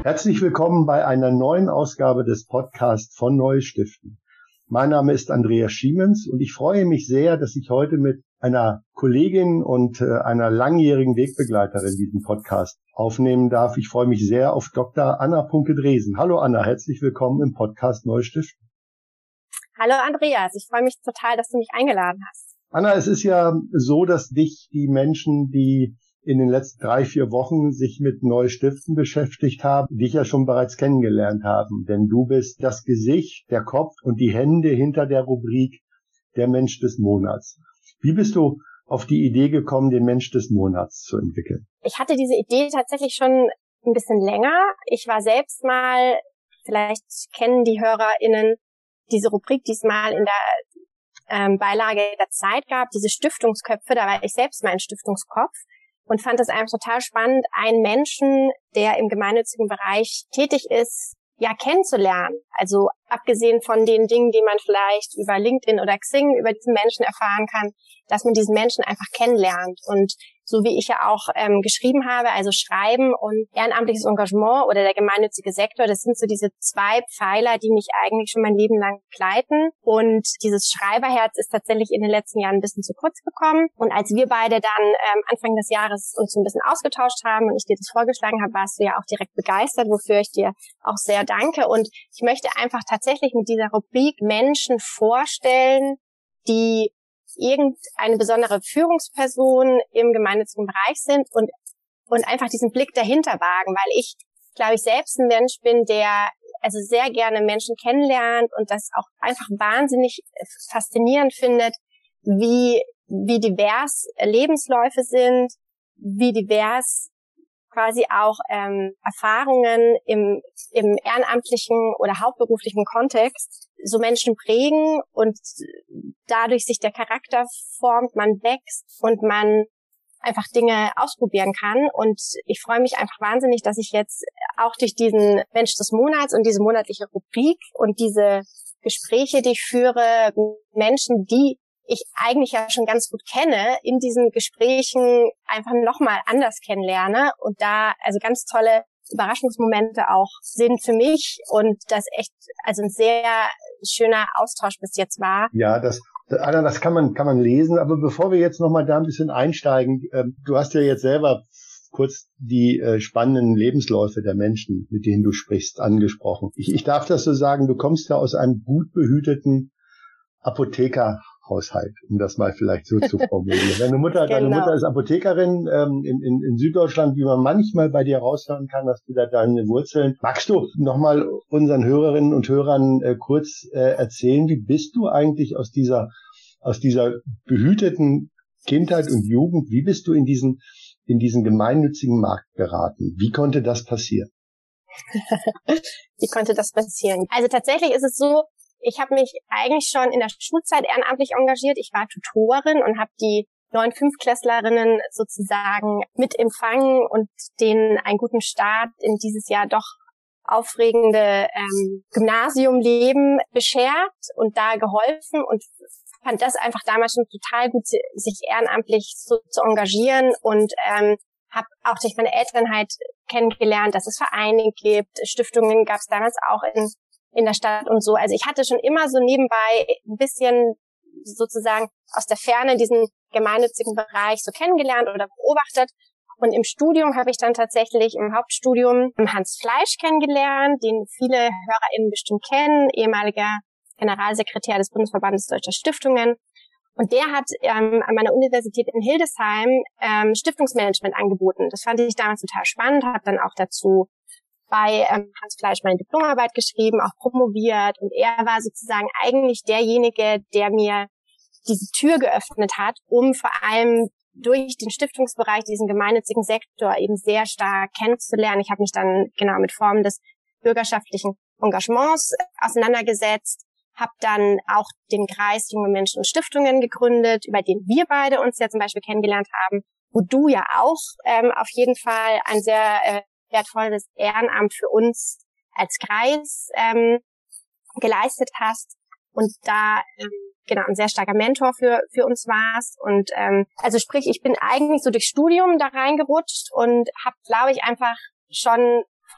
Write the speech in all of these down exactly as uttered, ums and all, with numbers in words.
Herzlich willkommen bei einer neuen Ausgabe des Podcasts von Neustiften. Mein Name ist Andreas Schiemens und ich freue mich sehr, dass ich heute mit einer Kollegin und äh, einer langjährigen Wegbegleiterin diesen Podcast aufnehmen darf. Ich freue mich sehr auf Doktor Anna Punke-Dresen. Hallo Anna, herzlich willkommen im Podcast Neustiften. Hallo Andreas, ich freue mich total, dass du mich eingeladen hast. Anna, es ist ja so, dass dich die Menschen, die in den letzten drei, vier Wochen sich mit Neustiften beschäftigt haben, dich ja schon bereits kennengelernt haben. Denn du bist das Gesicht, der Kopf und die Hände hinter der Rubrik Der Mensch des Monats. Wie bist du auf die Idee gekommen, den Mensch des Monats zu entwickeln? Ich hatte diese Idee tatsächlich schon ein bisschen länger. Ich war selbst mal, vielleicht kennen die HörerInnen diese Rubrik, die es mal in der ähm, Beilage der Zeit gab, diese Stiftungsköpfe, da war ich selbst mal ein Stiftungskopf. Und fand es einfach total spannend, einen Menschen, der im gemeinnützigen Bereich tätig ist, ja, kennenzulernen. Also abgesehen von den Dingen, die man vielleicht über LinkedIn oder Xing über diesen Menschen erfahren kann, dass man diesen Menschen einfach kennenlernt. Und so wie ich ja auch ähm, geschrieben habe, also Schreiben und ehrenamtliches Engagement oder der gemeinnützige Sektor, das sind so diese zwei Pfeiler, die mich eigentlich schon mein Leben lang begleiten. Und dieses Schreiberherz ist tatsächlich in den letzten Jahren ein bisschen zu kurz gekommen. Und als wir beide dann ähm, Anfang des Jahres uns ein bisschen ausgetauscht haben und ich dir das vorgeschlagen habe, warst du ja auch direkt begeistert, wofür ich dir auch sehr danke. Und ich möchte einfach tatsächlich mit dieser Rubrik Menschen vorstellen, die irgendeine besondere Führungsperson im gemeinnützigen Bereich sind und und einfach diesen Blick dahinter wagen, weil ich, glaube ich, selbst ein Mensch bin, der also sehr gerne Menschen kennenlernt und das auch einfach wahnsinnig faszinierend findet, wie wie divers Lebensläufe sind, wie divers quasi auch ähm, Erfahrungen im im ehrenamtlichen oder hauptberuflichen Kontext so Menschen prägen und dadurch sich der Charakter formt, man wächst und man einfach Dinge ausprobieren kann. Und ich freue mich einfach wahnsinnig, dass ich jetzt auch durch diesen Mensch des Monats und diese monatliche Rubrik und diese Gespräche, die ich führe, Menschen, die ich eigentlich ja schon ganz gut kenne, in diesen Gesprächen einfach nochmal anders kennenlerne und da also ganz tolle Überraschungsmomente auch sind für mich und das echt also ein sehr schöner Austausch bis jetzt war. Ja, das Anna, das kann man kann man lesen, aber bevor wir jetzt nochmal da ein bisschen einsteigen, äh, du hast ja jetzt selber kurz die äh, spannenden Lebensläufe der Menschen, mit denen du sprichst, angesprochen. Ich, ich darf das so sagen, du kommst ja aus einem gut behüteten Apothekerhaushalt, um das mal vielleicht so zu formulieren. Deine Mutter, genau. Deine Mutter ist Apothekerin ähm, in, in, in Süddeutschland, wie man manchmal bei dir raushören kann, dass du da deine Wurzeln. Magst du nochmal unseren Hörerinnen und Hörern äh, kurz äh, erzählen, wie bist du eigentlich aus dieser aus dieser behüteten Kindheit und Jugend, wie bist du in diesen in diesen gemeinnützigen Markt geraten? Wie konnte das passieren? Wie konnte das passieren? Also tatsächlich ist es so, ich habe mich eigentlich schon in der Schulzeit ehrenamtlich engagiert. Ich war Tutorin und habe die neun Fünftklässlerinnen sozusagen mit empfangen und denen einen guten Start in dieses Jahr doch aufregende ähm, Gymnasiumleben beschert und da geholfen und fand das einfach damals schon total gut, sich ehrenamtlich so zu engagieren und ähm, habe auch durch meine Eltern halt kennengelernt, dass es Vereine gibt, Stiftungen gab es damals auch in in der Stadt und so. Also ich hatte schon immer so nebenbei ein bisschen sozusagen aus der Ferne diesen gemeinnützigen Bereich so kennengelernt oder beobachtet. Und im Studium habe ich dann tatsächlich im Hauptstudium Hans Fleisch kennengelernt, den viele HörerInnen bestimmt kennen, ehemaliger Generalsekretär des Bundesverbandes Deutscher Stiftungen. Und der hat ähm, an meiner Universität in Hildesheim ähm, Stiftungsmanagement angeboten. Das fand ich damals total spannend, habe dann auch dazu bei ähm, Hans Fleisch meine Diplomarbeit geschrieben, auch promoviert. Und er war sozusagen eigentlich derjenige, der mir diese Tür geöffnet hat, um vor allem durch den Stiftungsbereich, diesen gemeinnützigen Sektor eben sehr stark kennenzulernen. Ich habe mich dann genau mit Formen des bürgerschaftlichen Engagements auseinandergesetzt, habe dann auch den Kreis Junge Menschen und Stiftungen gegründet, über den wir beide uns ja zum Beispiel kennengelernt haben, wo du ja auch ähm, auf jeden Fall ein sehr äh, wertvolles Ehrenamt für uns als Kreis ähm, geleistet hast und da ähm, genau ein sehr starker Mentor für für uns warst. Und ähm, also sprich, ich bin eigentlich so durch Studium da reingerutscht und habe, glaube ich, einfach schon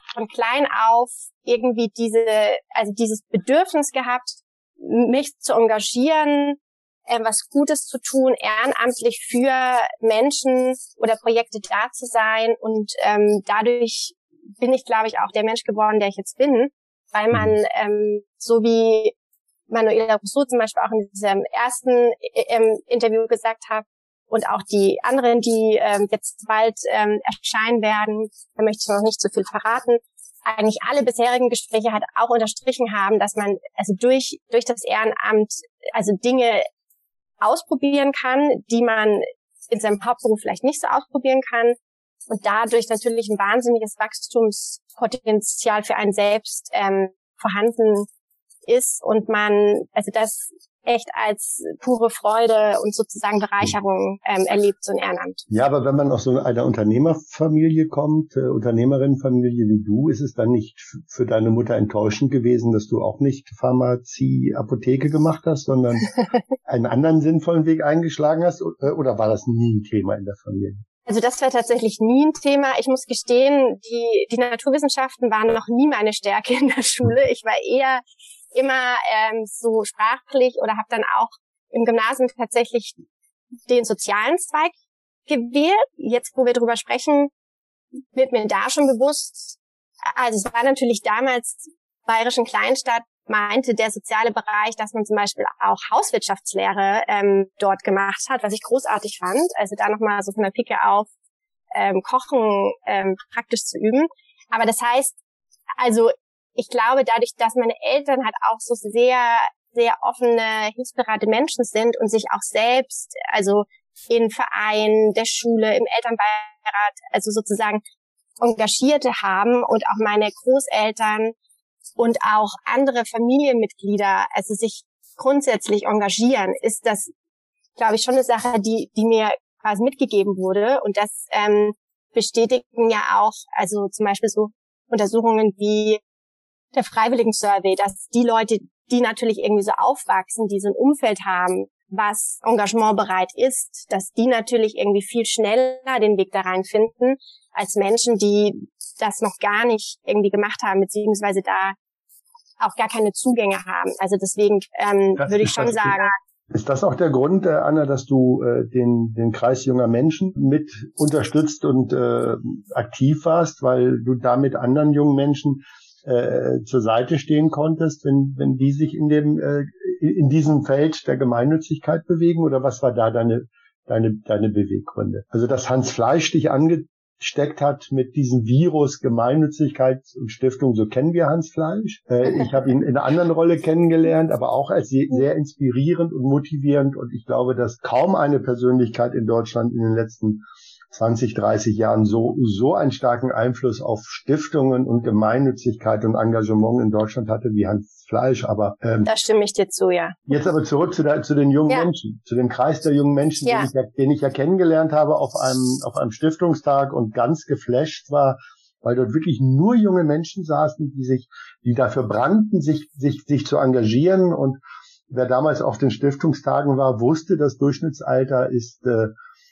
von klein auf irgendwie diese, also dieses Bedürfnis gehabt, mich zu engagieren, äh, was Gutes zu tun, ehrenamtlich für Menschen oder Projekte da zu sein. Und ähm, dadurch bin ich, glaube ich, auch der Mensch geworden, der ich jetzt bin, weil man, ähm, so wie Manuela Rousseau zum Beispiel auch in diesem ersten ähm, Interview gesagt hat, und auch die anderen, die ähm, jetzt bald ähm, erscheinen werden, da möchte ich noch nicht zu viel verraten, eigentlich alle bisherigen Gespräche halt auch unterstrichen haben, dass man also durch durch das Ehrenamt also Dinge ausprobieren kann, die man in seinem Hauptberuf vielleicht nicht so ausprobieren kann und dadurch natürlich ein wahnsinniges Wachstumspotenzial für einen selbst ähm, vorhanden ist und man also das echt als pure Freude und sozusagen Bereicherung ähm, erlebt, so ein Ehrenamt. Ja, aber wenn man aus so einer Unternehmerfamilie kommt, äh, Unternehmerinnenfamilie wie du, ist es dann nicht f- für deine Mutter enttäuschend gewesen, dass du auch nicht Pharmazie, Apotheke gemacht hast, sondern einen anderen sinnvollen Weg eingeschlagen hast? O- äh, Oder war das nie ein Thema in der Familie? Also das wäre tatsächlich nie ein Thema. Ich muss gestehen, die, die Naturwissenschaften waren noch nie meine Stärke in der Schule. Ich war eher immer ähm, so sprachlich oder habe dann auch im Gymnasium tatsächlich den sozialen Zweig gewählt. Jetzt, wo wir drüber sprechen, wird mir da schon bewusst, also es war natürlich damals bayerischen Kleinstadt, meinte der soziale Bereich, dass man zum Beispiel auch Hauswirtschaftslehre ähm, dort gemacht hat, was ich großartig fand. Also da nochmal so von der Pike auf ähm, Kochen ähm, praktisch zu üben. Aber das heißt, also ich glaube, dadurch, dass meine Eltern halt auch so sehr, sehr offene, hilfsbereite Menschen sind und sich auch selbst, also in Vereinen, der Schule, im Elternbeirat, also sozusagen Engagierte haben und auch meine Großeltern und auch andere Familienmitglieder, also sich grundsätzlich engagieren, ist das, glaube ich, schon eine Sache, die, die mir quasi mitgegeben wurde. Und das ähm, bestätigen ja auch, also zum Beispiel so Untersuchungen wie der Freiwilligen-Survey, dass die Leute, die natürlich irgendwie so aufwachsen, die so ein Umfeld haben, was engagementbereit ist, dass die natürlich irgendwie viel schneller den Weg da rein finden, als Menschen, die das noch gar nicht irgendwie gemacht haben, beziehungsweise da auch gar keine Zugänge haben. Also deswegen ähm, würde ich schon das, sagen. Ist das auch der Grund, äh, Anna, dass du äh, den den Kreis junger Menschen mit unterstützt und äh, aktiv warst, weil du damit anderen jungen Menschen äh, zur Seite stehen konntest, wenn wenn die sich in dem äh, in diesem Feld der Gemeinnützigkeit bewegen? Oder was war da deine deine deine Beweggründe? Also dass Hans Fleisch dich angesteckt hat mit diesem Virus Gemeinnützigkeit und Stiftung, so kennen wir Hans Fleisch. Äh, ich habe ihn in einer anderen Rolle kennengelernt, aber auch als sehr, sehr inspirierend und motivierend. Und ich glaube, dass kaum eine Persönlichkeit in Deutschland in den letzten zwanzig, dreißig Jahren so so einen starken Einfluss auf Stiftungen und Gemeinnützigkeit und Engagement in Deutschland hatte wie Hans Fleisch. Aber ähm, da stimme ich dir zu, ja. Jetzt aber zurück zu, der, zu den jungen ja. Menschen, zu dem Kreis der jungen Menschen, ja. den, ich ja, den ich ja kennengelernt habe auf einem auf einem Stiftungstag und ganz geflasht war, weil dort wirklich nur junge Menschen saßen, die sich, die dafür brannten, sich sich sich zu engagieren. Und wer damals auf den Stiftungstagen war, wusste, das Durchschnittsalter ist äh,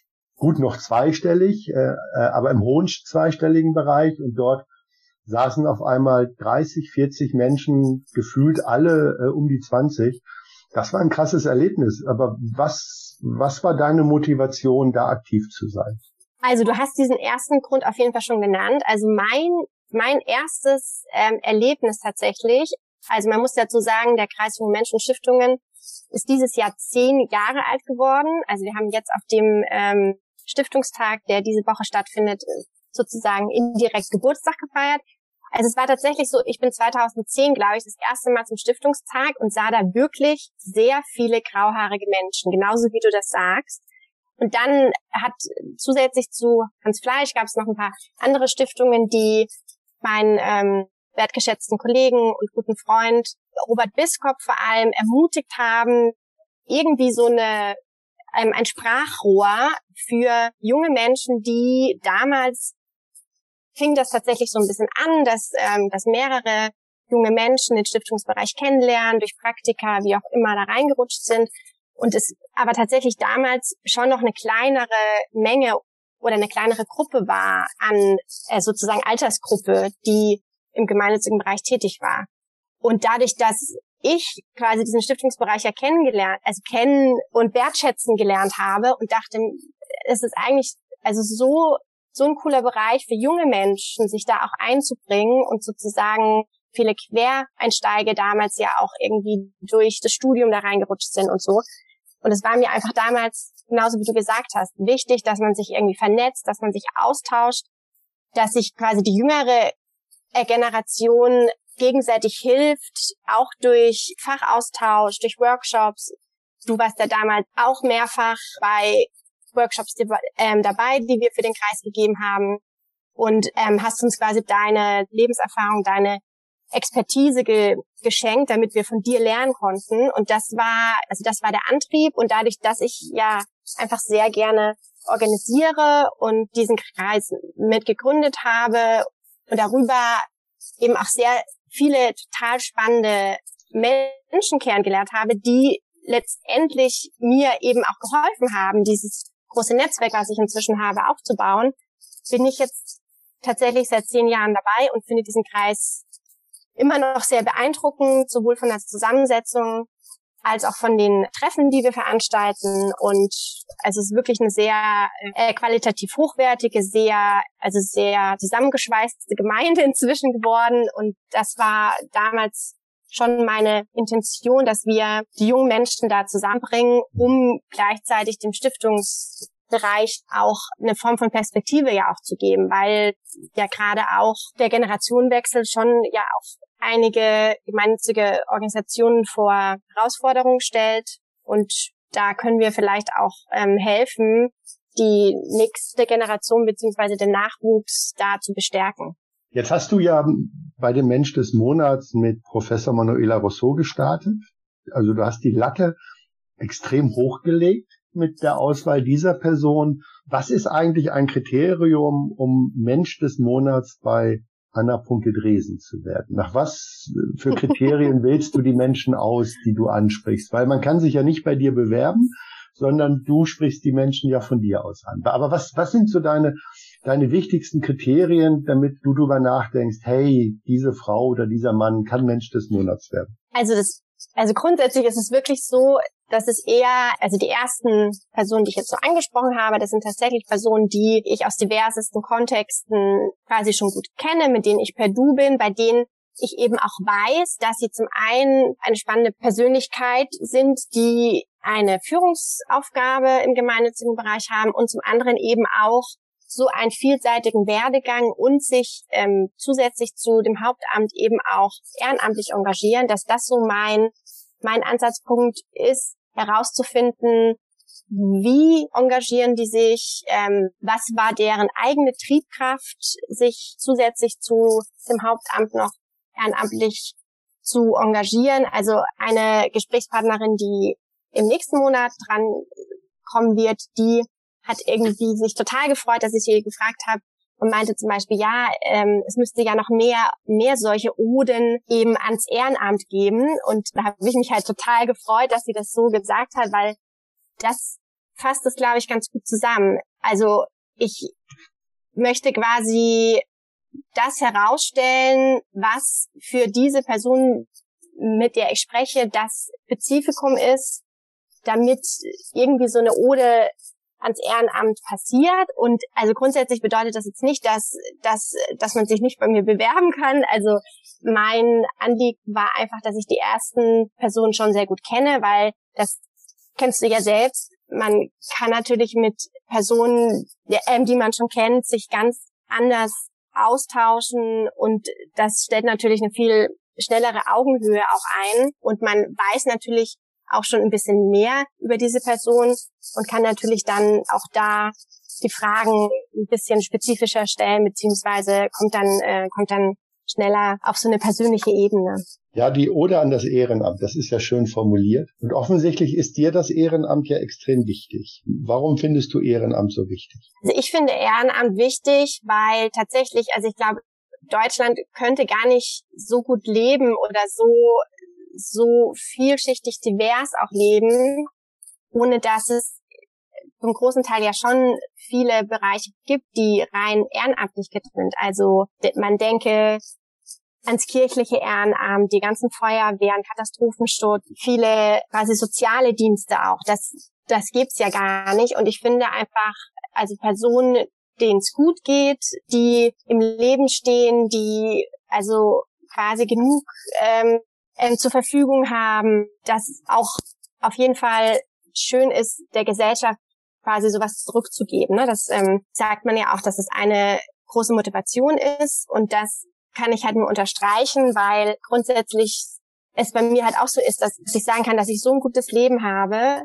gut noch zweistellig, äh, aber im hohen zweistelligen Bereich. Und dort saßen auf einmal dreißig, vierzig Menschen, gefühlt alle äh, um die zwanzig. Das war ein krasses Erlebnis. Aber was, was war deine Motivation, da aktiv zu sein? Also du hast diesen ersten Grund auf jeden Fall schon genannt. Also mein, mein erstes ähm, Erlebnis tatsächlich, also man muss dazu sagen, der Kreis Junge Menschen Stiftungen ist dieses Jahr zehn Jahre alt geworden. Also wir haben jetzt auf dem ähm, Stiftungstag, der diese Woche stattfindet, sozusagen indirekt Geburtstag gefeiert. Also es war tatsächlich so, ich bin zweitausendzehn, glaube ich, das erste Mal zum Stiftungstag und sah da wirklich sehr viele grauhaarige Menschen, genauso wie du das sagst. Und dann hat zusätzlich zu Hans Fleisch gab es noch ein paar andere Stiftungen, die meinen ähm, wertgeschätzten Kollegen und guten Freund Robert Biskop vor allem ermutigt haben, irgendwie so eine ähm, ein Sprachrohr für junge Menschen, die damals fing das tatsächlich so ein bisschen an, dass ähm, dass mehrere junge Menschen den Stiftungsbereich kennenlernen, durch Praktika, wie auch immer, da reingerutscht sind. Und es aber tatsächlich damals schon noch eine kleinere Menge oder eine kleinere Gruppe war an äh, sozusagen Altersgruppe, die im gemeinnützigen Bereich tätig war. Und dadurch, dass ich quasi diesen Stiftungsbereich ja kennengelernt, also kennen und wertschätzen gelernt habe und dachte, es ist eigentlich also so so ein cooler Bereich für junge Menschen, sich da auch einzubringen und sozusagen viele Quereinsteige damals ja auch irgendwie durch das Studium da reingerutscht sind und so. Und es war mir einfach damals, genauso wie du gesagt hast, wichtig, dass man sich irgendwie vernetzt, dass man sich austauscht, dass sich quasi die jüngere Generation gegenseitig hilft, auch durch Fachaustausch, durch Workshops. Du warst ja damals auch mehrfach bei Workshops ähm, dabei, die wir für den Kreis gegeben haben und ähm, hast uns quasi deine Lebenserfahrung, deine Expertise ge- geschenkt, damit wir von dir lernen konnten. Und das war, also das war der Antrieb. Und dadurch, dass ich ja einfach sehr gerne organisiere und diesen Kreis mitgegründet habe und darüber eben auch sehr viele total spannende Menschen kennengelernt habe, die letztendlich mir eben auch geholfen haben, dieses große Netzwerk, was ich inzwischen habe, aufzubauen, bin ich jetzt tatsächlich seit zehn Jahren dabei und finde diesen Kreis immer noch sehr beeindruckend, sowohl von der Zusammensetzung als auch von den Treffen, die wir veranstalten. Und also es ist wirklich eine sehr äh, qualitativ hochwertige, sehr, also sehr zusammengeschweißte Gemeinde inzwischen geworden. Und das war damals schon meine Intention, dass wir die jungen Menschen da zusammenbringen, um gleichzeitig dem Stiftungsbereich auch eine Form von Perspektive ja auch zu geben, weil ja gerade auch der Generationenwechsel schon ja auch einige gemeinnützige Organisationen vor Herausforderungen stellt. Und da können wir vielleicht auch ähm, helfen, die nächste Generation beziehungsweise den Nachwuchs da zu bestärken. Jetzt hast du ja bei dem Mensch des Monats mit Professor Manuela Rousseau gestartet. Also du hast die Latte extrem hochgelegt mit der Auswahl dieser Person. Was ist eigentlich ein Kriterium, um Mensch des Monats bei Anna Punke-Dresen zu werden? Nach was für Kriterien wählst du die Menschen aus, die du ansprichst? Weil man kann sich ja nicht bei dir bewerben, sondern du sprichst die Menschen ja von dir aus an. Aber was, was sind so deine, deine wichtigsten Kriterien, damit du darüber nachdenkst, hey, diese Frau oder dieser Mann kann Mensch des Monats werden? Also das, also grundsätzlich ist es wirklich so, dass es eher, also die ersten Personen, die ich jetzt so angesprochen habe, das sind tatsächlich Personen, die ich aus diversesten Kontexten quasi schon gut kenne, mit denen ich per Du bin, bei denen ich eben auch weiß, dass sie zum einen eine spannende Persönlichkeit sind, die eine Führungsaufgabe im gemeinnützigen Bereich haben und zum anderen eben auch so einen vielseitigen Werdegang und sich ähm, zusätzlich zu dem Hauptamt eben auch ehrenamtlich engagieren, dass das so mein mein Ansatzpunkt ist, herauszufinden, wie engagieren die sich, ähm, was war deren eigene Triebkraft, sich zusätzlich zu dem Hauptamt noch ehrenamtlich zu engagieren. Also eine Gesprächspartnerin, die im nächsten Monat dran kommen wird, die hat irgendwie sich total gefreut, dass ich sie gefragt habe und meinte zum Beispiel, ja, ähm, es müsste ja noch mehr mehr solche Oden eben ans Ehrenamt geben. Und da habe ich mich halt total gefreut, dass sie das so gesagt hat, weil das fasst es, glaube ich, ganz gut zusammen. Also ich möchte quasi das herausstellen, was für diese Person, mit der ich spreche, das Spezifikum ist, damit irgendwie so eine Ode ans Ehrenamt passiert. Und also grundsätzlich bedeutet das jetzt nicht, dass, dass, dass man sich nicht bei mir bewerben kann. Also mein Anliegen war einfach, dass ich die ersten Personen schon sehr gut kenne, weil das kennst du ja selbst. Man kann natürlich mit Personen, die man schon kennt, sich ganz anders austauschen und das stellt natürlich eine viel schnellere Augenhöhe auch ein und man weiß natürlich auch schon ein bisschen mehr über diese Person und kann natürlich dann auch da die Fragen ein bisschen spezifischer stellen, beziehungsweise kommt dann äh, kommt dann schneller auf so eine persönliche Ebene. Ja, die Ode an das Ehrenamt, das ist ja schön formuliert. Und offensichtlich ist dir das Ehrenamt ja extrem wichtig. Warum findest du Ehrenamt so wichtig? Also ich finde Ehrenamt wichtig, weil tatsächlich, also ich glaube, Deutschland könnte gar nicht so gut leben oder so so vielschichtig divers auch leben, ohne dass es zum großen Teil ja schon viele Bereiche gibt, die rein ehrenamtlich sind. Also man denke ans kirchliche Ehrenamt, die ganzen Feuerwehren, Katastrophenschutz, viele quasi soziale Dienste auch. Das, das gibt's ja gar nicht. Und ich finde einfach, also Personen, denen es gut geht, die im Leben stehen, die also quasi genug ähm, ähm, zur Verfügung haben, dass auch auf jeden Fall schön ist, der Gesellschaft quasi sowas zurückzugeben. Ne? Das ähm, sagt man ja auch, dass es eine große Motivation ist, und das kann ich halt nur unterstreichen, weil grundsätzlich es bei mir halt auch so ist, dass ich sagen kann, dass ich so ein gutes Leben habe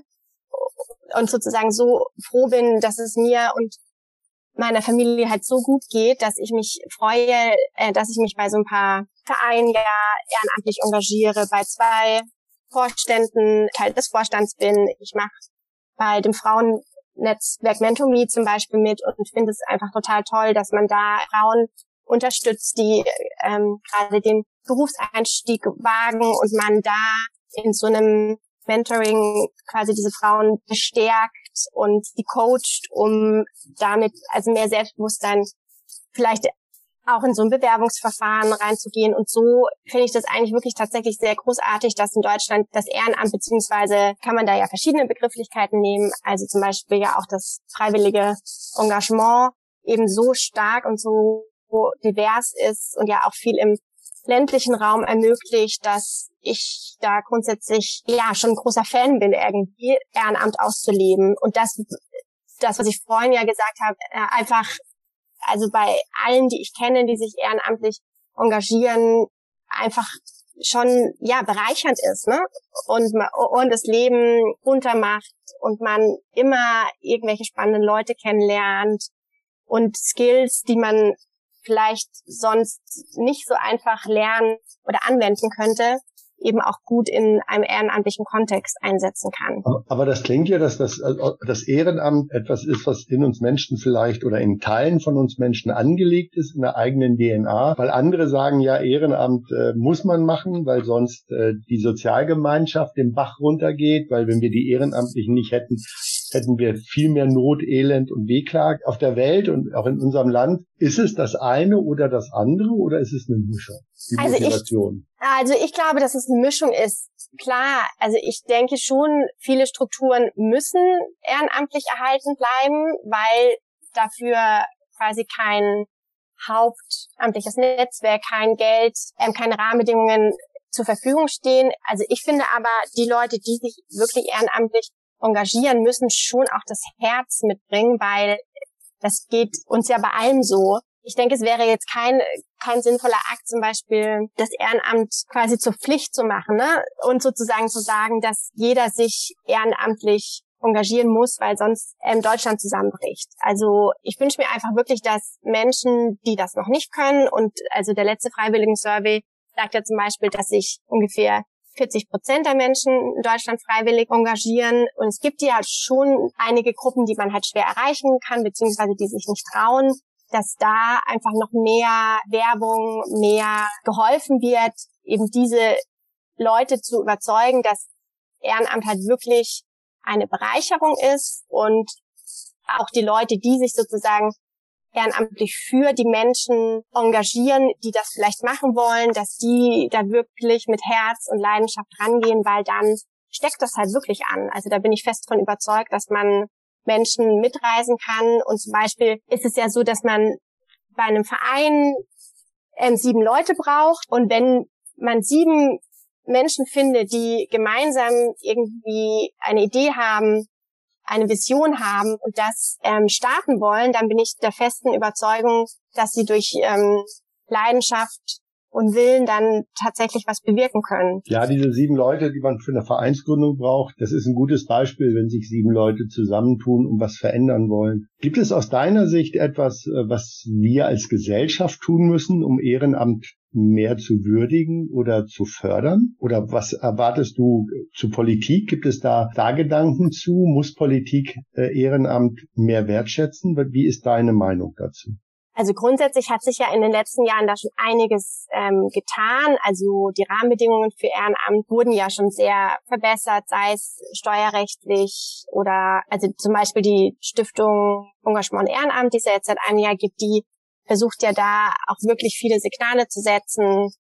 und sozusagen so froh bin, dass es mir und meiner Familie halt so gut geht, dass ich mich freue, äh, dass ich mich bei so ein paar Vereinen ja ehrenamtlich engagiere, bei zwei Vorständen Teil des Vorstands bin. Ich mache bei dem Frauennetzwerk MentorMe zum Beispiel mit und finde es einfach total toll, dass man da Frauen unterstützt, die ähm, gerade den Berufseinstieg wagen und man da in so einem Mentoring quasi diese Frauen bestärkt und die coacht, um damit also mehr Selbstbewusstsein vielleicht auch in so ein Bewerbungsverfahren reinzugehen. Und so finde ich das eigentlich wirklich tatsächlich sehr großartig, dass in Deutschland das Ehrenamt, beziehungsweise kann man da ja verschiedene Begrifflichkeiten nehmen, also zum Beispiel ja auch das freiwillige Engagement eben so stark und so divers ist und ja auch viel im ländlichen Raum ermöglicht, dass ich da grundsätzlich ja schon ein großer Fan bin, irgendwie Ehrenamt auszuleben. Und das, das, was ich vorhin ja gesagt habe, einfach, also bei allen, die ich kenne, die sich ehrenamtlich engagieren, einfach schon ja bereichernd ist, ne? Und und das Leben bunter macht und man immer irgendwelche spannenden Leute kennenlernt und Skills, die man vielleicht sonst nicht so einfach lernen oder anwenden könnte, eben auch gut in einem ehrenamtlichen Kontext einsetzen kann. Aber, aber das klingt ja, dass das, das Ehrenamt etwas ist, was in uns Menschen vielleicht oder in Teilen von uns Menschen angelegt ist, in der eigenen D N A, weil andere sagen ja, Ehrenamt äh, muss man machen, weil sonst äh, die Sozialgemeinschaft den Bach runtergeht, weil wenn wir die Ehrenamtlichen nicht hätten, hätten wir viel mehr Not, Elend und Wehklagen auf der Welt und auch in unserem Land. Ist es das eine oder das andere oder ist es eine Mischung? Die also Motivation. Ich, also ich glaube, dass es eine Mischung ist. Klar, also ich denke schon, viele Strukturen müssen ehrenamtlich erhalten bleiben, weil dafür quasi kein hauptamtliches Netzwerk, kein Geld, ähm, keine Rahmenbedingungen zur Verfügung stehen. Also ich finde aber, die Leute, die sich wirklich ehrenamtlich engagieren, müssen schon auch das Herz mitbringen, weil das geht uns ja bei allem so. Ich denke, es wäre jetzt kein kein sinnvoller Akt, zum Beispiel das Ehrenamt quasi zur Pflicht zu machen, ne? Und sozusagen zu sagen, dass jeder sich ehrenamtlich engagieren muss, weil sonst ähm, Deutschland zusammenbricht. Also ich wünsche mir einfach wirklich, dass Menschen, die das noch nicht können, und also der letzte Freiwilligen-Survey sagt ja zum Beispiel, dass sich ungefähr vierzig Prozent der Menschen in Deutschland freiwillig engagieren. Und es gibt ja schon einige Gruppen, die man halt schwer erreichen kann, beziehungsweise die sich nicht trauen, dass da einfach noch mehr Werbung, mehr geholfen wird, eben diese Leute zu überzeugen, dass Ehrenamt halt wirklich eine Bereicherung ist und auch die Leute, die sich sozusagen ehrenamtlich für die Menschen engagieren, die das vielleicht machen wollen, dass die da wirklich mit Herz und Leidenschaft rangehen, weil dann steckt das halt wirklich an. Also da bin ich fest von überzeugt, dass man Menschen mitreisen kann. Und zum Beispiel ist es ja so, dass man bei einem Verein ähm, sieben Leute braucht. Und wenn man sieben Menschen findet, die gemeinsam irgendwie eine Idee haben, eine Vision haben und das ähm, starten wollen, dann bin ich der festen Überzeugung, dass sie durch ähm, Leidenschaft und Willen dann tatsächlich was bewirken können. Ja, diese sieben Leute, die man für eine Vereinsgründung braucht, das ist ein gutes Beispiel, wenn sich sieben Leute zusammentun und was verändern wollen. Gibt es aus deiner Sicht etwas, was wir als Gesellschaft tun müssen, um Ehrenamt mehr zu würdigen oder zu fördern? Oder was erwartest du zu Politik? Gibt es da, da Gedanken zu? Muss Politik äh, Ehrenamt mehr wertschätzen? Wie ist deine Meinung dazu? Also grundsätzlich hat sich ja in den letzten Jahren da schon einiges ähm, getan. Also die Rahmenbedingungen für Ehrenamt wurden ja schon sehr verbessert, sei es steuerrechtlich oder also zum Beispiel die Stiftung Engagement und Ehrenamt, die es ja jetzt seit einem Jahr gibt, die versucht ja da auch wirklich viele Signale zu setzen,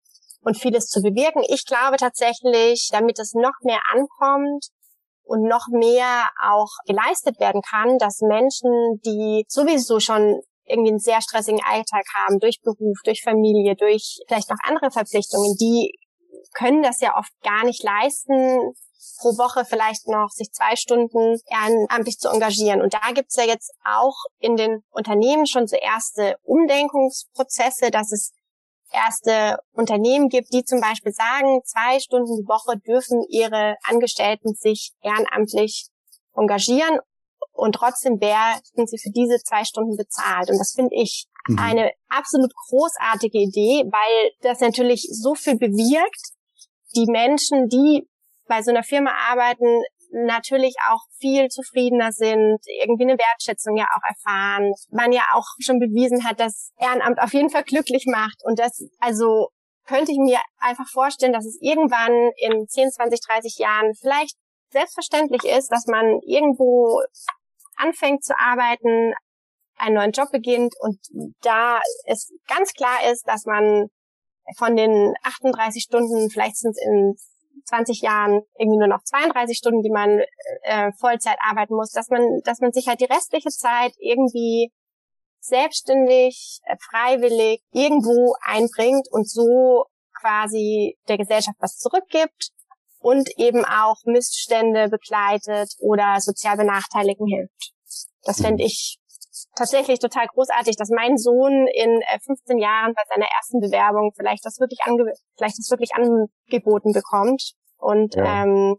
und vieles zu bewirken. Ich glaube tatsächlich, damit es noch mehr ankommt und noch mehr auch geleistet werden kann, dass Menschen, die sowieso schon irgendwie einen sehr stressigen Alltag haben, durch Beruf, durch Familie, durch vielleicht noch andere Verpflichtungen, die können das ja oft gar nicht leisten, pro Woche vielleicht noch sich zwei Stunden ehrenamtlich zu engagieren. Und da gibt's ja jetzt auch in den Unternehmen schon so erste Umdenkungsprozesse, dass es erste Unternehmen gibt, die zum Beispiel sagen, zwei Stunden die Woche dürfen ihre Angestellten sich ehrenamtlich engagieren und trotzdem werden sie für diese zwei Stunden bezahlt. Und das finde ich mhm. eine absolut großartige Idee, weil das natürlich so viel bewirkt. Die Menschen, die bei so einer Firma arbeiten, natürlich auch viel zufriedener sind, irgendwie eine Wertschätzung ja auch erfahren. Man ja auch schon bewiesen hat, dass Ehrenamt auf jeden Fall glücklich macht. Und das, also könnte ich mir einfach vorstellen, dass es irgendwann in zehn, zwanzig, dreißig Jahren vielleicht selbstverständlich ist, dass man irgendwo anfängt zu arbeiten, einen neuen Job beginnt und da es ganz klar ist, dass man von den achtunddreißig Stunden, vielleicht sind es in zwanzig Jahren irgendwie nur noch zweiunddreißig Stunden, die man äh, Vollzeit arbeiten muss, dass man dass man sich halt die restliche Zeit irgendwie selbstständig, äh, freiwillig irgendwo einbringt und so quasi der Gesellschaft was zurückgibt und eben auch Missstände begleitet oder sozial Benachteiligten hilft. Das fände ich tatsächlich total großartig, dass mein Sohn in fünfzehn Jahren bei seiner ersten Bewerbung vielleicht das wirklich ange vielleicht das wirklich angeboten bekommt. Und ja. ähm,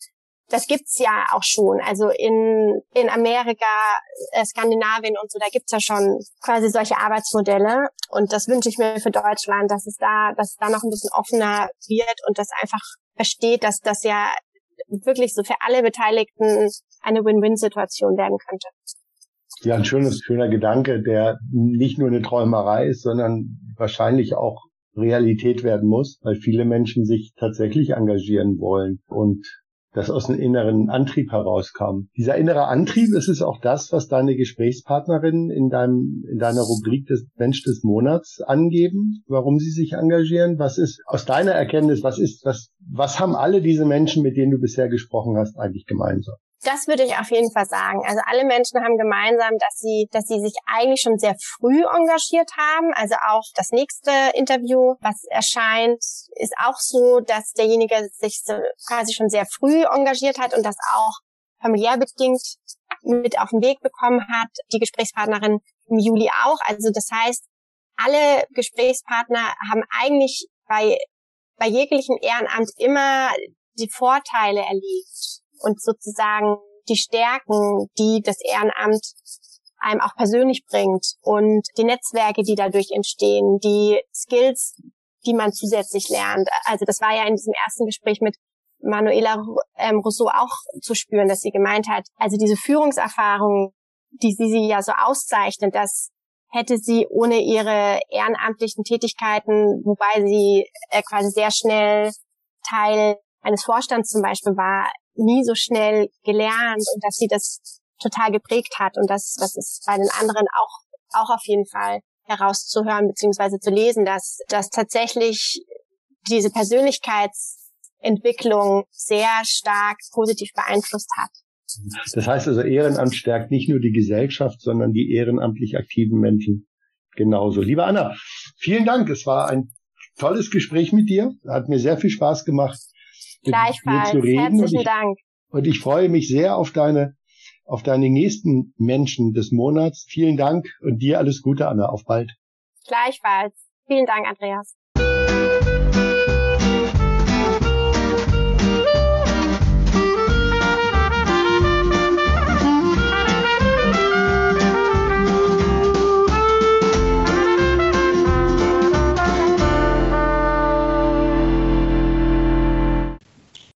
das gibt's ja auch schon. Also in in Amerika, äh, Skandinavien und so, da gibt's ja schon quasi solche Arbeitsmodelle. Und das wünsche ich mir für Deutschland, dass es da, dass es da noch ein bisschen offener wird und das einfach versteht, dass das ja wirklich so für alle Beteiligten eine Win-Win-Situation werden könnte. Ja, ein schönes, schöner Gedanke, der nicht nur eine Träumerei ist, sondern wahrscheinlich auch Realität werden muss, weil viele Menschen sich tatsächlich engagieren wollen und das aus einem inneren Antrieb herauskam. Dieser innere Antrieb, ist es auch das, was deine Gesprächspartnerinnen in deinem, in deiner Rubrik des Mensch des Monats angeben, warum sie sich engagieren? Was ist aus deiner Erkenntnis, was ist, was, was haben alle diese Menschen, mit denen du bisher gesprochen hast, eigentlich gemeinsam? Das würde ich auf jeden Fall sagen. Also alle Menschen haben gemeinsam, dass sie, dass sie sich eigentlich schon sehr früh engagiert haben. Also auch das nächste Interview, was erscheint, ist auch so, dass derjenige sich so quasi schon sehr früh engagiert hat und das auch familiär bedingt mit auf den Weg bekommen hat. Die Gesprächspartnerin im Juli auch. Also das heißt, alle Gesprächspartner haben eigentlich bei, bei jeglichem Ehrenamt immer die Vorteile erlebt. Und sozusagen die Stärken, die das Ehrenamt einem auch persönlich bringt und die Netzwerke, die dadurch entstehen, die Skills, die man zusätzlich lernt. Also das war ja in diesem ersten Gespräch mit Manuela Rousseau auch zu spüren, dass sie gemeint hat, also diese Führungserfahrung, die sie, sie ja so auszeichnet, das hätte sie ohne ihre ehrenamtlichen Tätigkeiten, wobei sie äh, quasi sehr schnell Teil eines Vorstands zum Beispiel war, nie so schnell gelernt und dass sie das total geprägt hat und das, das ist bei den anderen auch, auch auf jeden Fall herauszuhören bzw. zu lesen, dass, dass tatsächlich diese Persönlichkeitsentwicklung sehr stark positiv beeinflusst hat. Das heißt also, Ehrenamt stärkt nicht nur die Gesellschaft, sondern die ehrenamtlich aktiven Menschen genauso. Liebe Anna, vielen Dank. Es war ein tolles Gespräch mit dir. Hat mir sehr viel Spaß gemacht. Gleichfalls. Herzlichen ich, Dank. Und ich freue mich sehr auf deine, auf deine nächsten Menschen des Monats. Vielen Dank und dir alles Gute, Anna. Auf bald. Gleichfalls. Vielen Dank, Andreas.